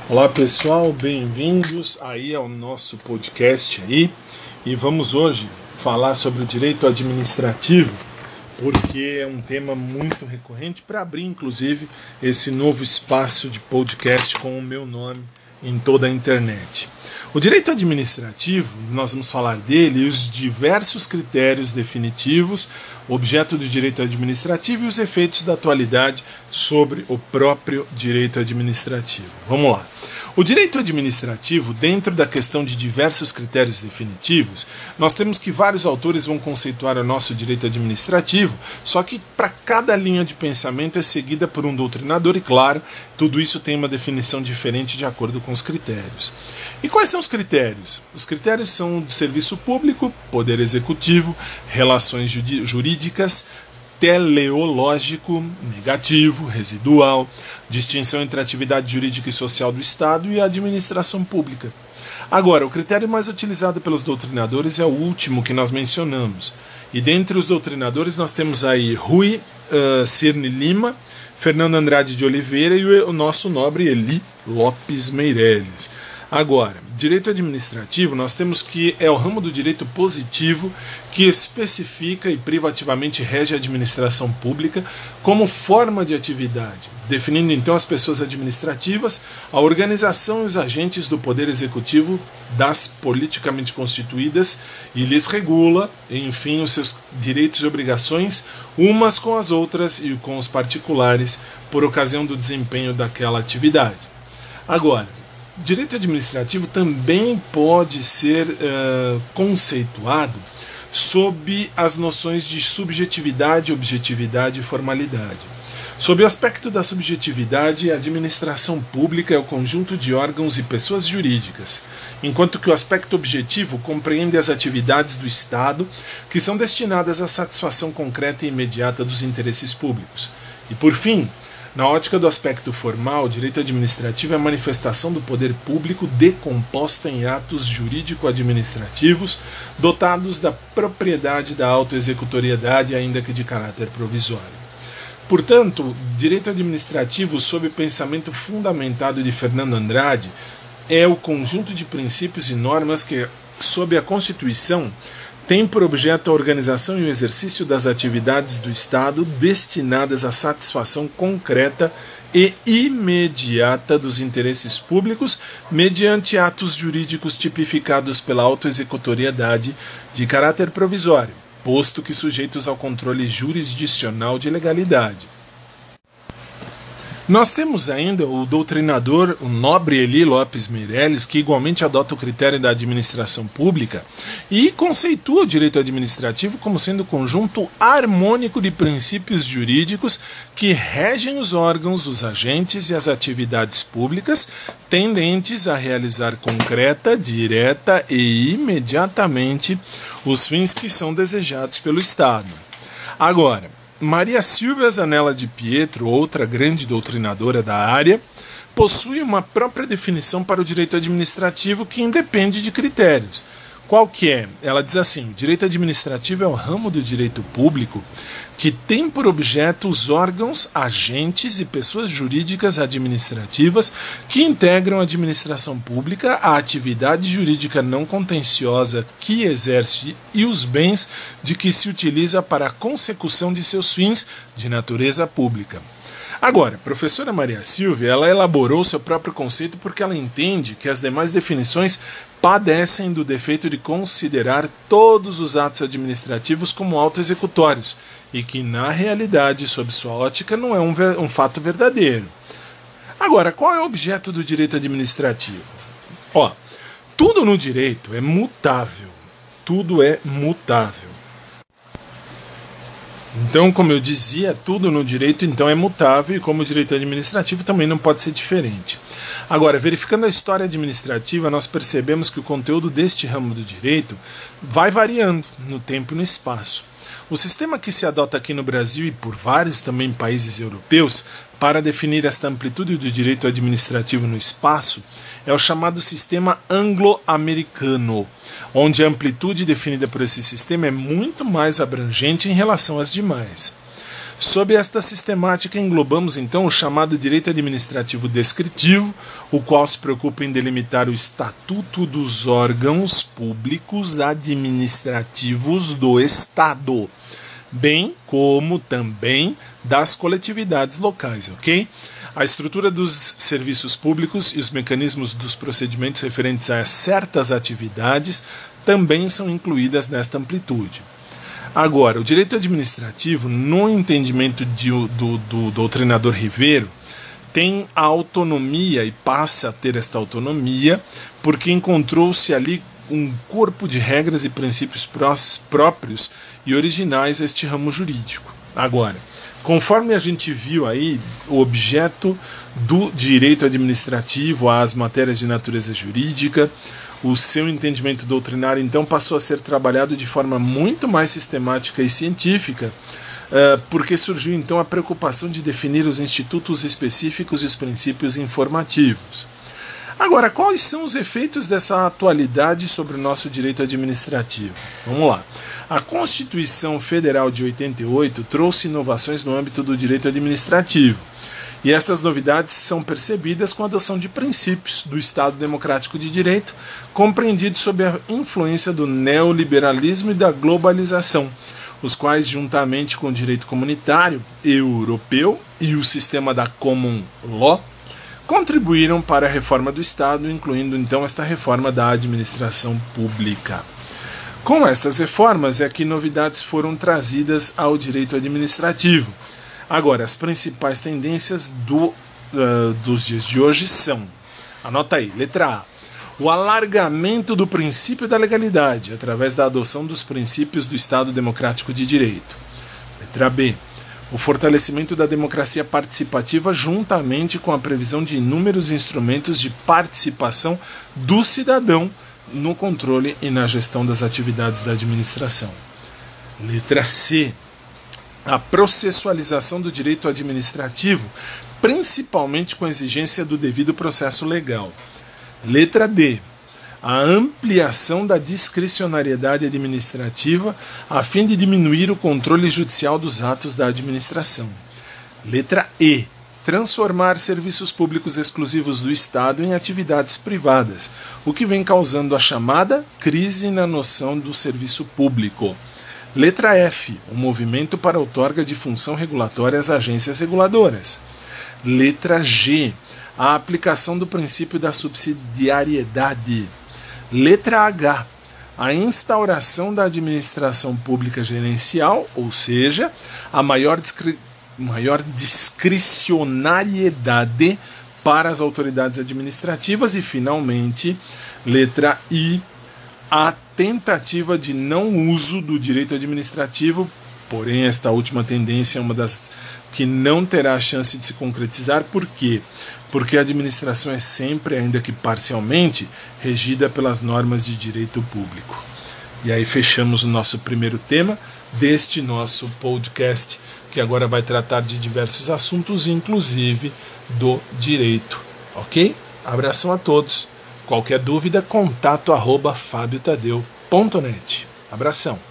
Olá pessoal, bem-vindos aí ao nosso podcast aí, e vamos hoje falar sobre o direito administrativo, porque é um tema muito recorrente, para abrir inclusive esse novo espaço de podcast com o meu nome em toda a internet. O direito administrativo, nós vamos falar dele e os diversos critérios definitivos, objeto do direito administrativo e os efeitos da atualidade sobre o próprio direito administrativo. Vamos lá. O direito administrativo, dentro da questão de diversos critérios definitivos, nós temos que vários autores vão conceituar o nosso direito administrativo, só que para cada linha de pensamento é seguida por um doutrinador e, claro, tudo isso tem uma definição diferente de acordo com os critérios. E quais são os critérios? Os critérios são do serviço público, poder executivo, relações jurídicas, teleológico, negativo, residual, distinção entre a atividade jurídica e social do Estado e a administração pública. Agora, o critério mais utilizado pelos doutrinadores é o último que nós mencionamos. E dentre os doutrinadores nós temos aí Rui Cirne Lima, Fernando Andrade de Oliveira e o nosso nobre Eli Lopes Meireles. Agora, direito administrativo, nós temos que é o ramo do direito positivo que especifica e privativamente rege a administração pública como forma de atividade, definindo então as pessoas administrativas, a organização e os agentes do poder executivo das politicamente constituídas e lhes regula, enfim, os seus direitos e obrigações umas com as outras e com os particulares por ocasião do desempenho daquela atividade. Agora, direito administrativo também pode ser conceituado sob as noções de subjetividade, objetividade e formalidade. Sob o aspecto da subjetividade, a administração pública é o conjunto de órgãos e pessoas jurídicas, enquanto que o aspecto objetivo compreende as atividades do Estado que são destinadas à satisfação concreta e imediata dos interesses públicos. E, por fim, na ótica do aspecto formal, o direito administrativo é a manifestação do poder público decomposta em atos jurídico-administrativos dotados da propriedade da autoexecutoriedade, ainda que de caráter provisório. Portanto, direito administrativo, sob o pensamento fundamentado de Fernando Andrade, é o conjunto de princípios e normas que, sob a Constituição, tem por objeto a organização e o exercício das atividades do Estado destinadas à satisfação concreta e imediata dos interesses públicos mediante atos jurídicos tipificados pela autoexecutoriedade de caráter provisório, posto que sujeitos ao controle jurisdicional de legalidade. Nós temos ainda o doutrinador, o nobre Eli Lopes Meireles, que igualmente adota o critério da administração pública e conceitua o direito administrativo como sendo o conjunto harmônico de princípios jurídicos que regem os órgãos, os agentes e as atividades públicas tendentes a realizar concreta, direta e imediatamente os fins que são desejados pelo Estado. Agora, Maria Silvia Zanella de Pietro, outra grande doutrinadora da área, possui uma própria definição para o direito administrativo que independe de critérios. Qual que é? Ela diz assim: o direito administrativo é o ramo do direito público que tem por objeto os órgãos, agentes e pessoas jurídicas administrativas que integram a administração pública, a atividade jurídica não contenciosa que exerce e os bens de que se utiliza para a consecução de seus fins de natureza pública. Agora, a professora Maria Silvia, ela elaborou seu próprio conceito porque ela entende que as demais definições padecem do defeito de considerar todos os atos administrativos como autoexecutórios e que, na realidade, sob sua ótica, não é um fato verdadeiro. Agora, qual é o objeto do direito administrativo? Tudo no direito é mutável. Tudo é mutável. Então, como eu dizia, tudo no direito então é mutável e como o direito administrativo também não pode ser diferente. Agora, verificando a história administrativa, nós percebemos que o conteúdo deste ramo do direito vai variando no tempo e no espaço. O sistema que se adota aqui no Brasil e por vários também países europeus para definir esta amplitude do direito administrativo no espaço é o chamado sistema anglo-americano, onde a amplitude definida por esse sistema é muito mais abrangente em relação às demais. Sob esta sistemática, englobamos então o chamado direito administrativo descritivo, o qual se preocupa em delimitar o estatuto dos órgãos públicos administrativos do Estado, bem como também das coletividades locais, ok? A estrutura dos serviços públicos e os mecanismos dos procedimentos referentes a certas atividades também são incluídas nesta amplitude. Agora, o direito administrativo, no entendimento do doutrinador Rivero, tem a autonomia e passa a ter esta autonomia porque encontrou-se ali um corpo de regras e princípios próprios e originais a este ramo jurídico. Agora, conforme a gente viu aí, o objeto do direito administrativo às matérias de natureza jurídica, o seu entendimento doutrinário, então, passou a ser trabalhado de forma muito mais sistemática e científica, porque surgiu, então, a preocupação de definir os institutos específicos e os princípios informativos. Agora, quais são os efeitos dessa atualidade sobre o nosso direito administrativo? Vamos lá. A Constituição Federal de 88 trouxe inovações no âmbito do direito administrativo. E estas novidades são percebidas com a adoção de princípios do Estado Democrático de Direito, compreendidos sob a influência do neoliberalismo e da globalização, os quais, juntamente com o direito comunitário europeu e o sistema da Common Law, contribuíram para a reforma do Estado, incluindo então esta reforma da administração pública. Com estas reformas é que novidades foram trazidas ao direito administrativo. Agora, as principais tendências dos dias de hoje são, anota aí, letra A, o alargamento do princípio da legalidade, através da adoção dos princípios do Estado Democrático de Direito. Letra B, o fortalecimento da democracia participativa juntamente com a previsão de inúmeros instrumentos de participação do cidadão no controle e na gestão das atividades da administração. Letra C, a processualização do direito administrativo, principalmente com a exigência do devido processo legal. Letra D, a ampliação da discricionariedade administrativa a fim de diminuir o controle judicial dos atos da administração. Letra E, transformar serviços públicos exclusivos do Estado em atividades privadas, o que vem causando a chamada crise na noção do serviço público. Letra F, o movimento para a outorga de função regulatória às agências reguladoras. Letra G, a aplicação do princípio da subsidiariedade. Letra H, a instauração da administração pública gerencial, ou seja, a maior discricionariedade para as autoridades administrativas. E, finalmente, letra I, a tentativa de não uso do direito administrativo, porém esta última tendência é uma das que não terá a chance de se concretizar. Por quê? Porque a administração é sempre, ainda que parcialmente, regida pelas normas de direito público. E aí fechamos o nosso primeiro tema deste nosso podcast, que agora vai tratar de diversos assuntos, inclusive do direito. Ok? Abração a todos. Qualquer dúvida, contato@fabiotadeu.net. Abração.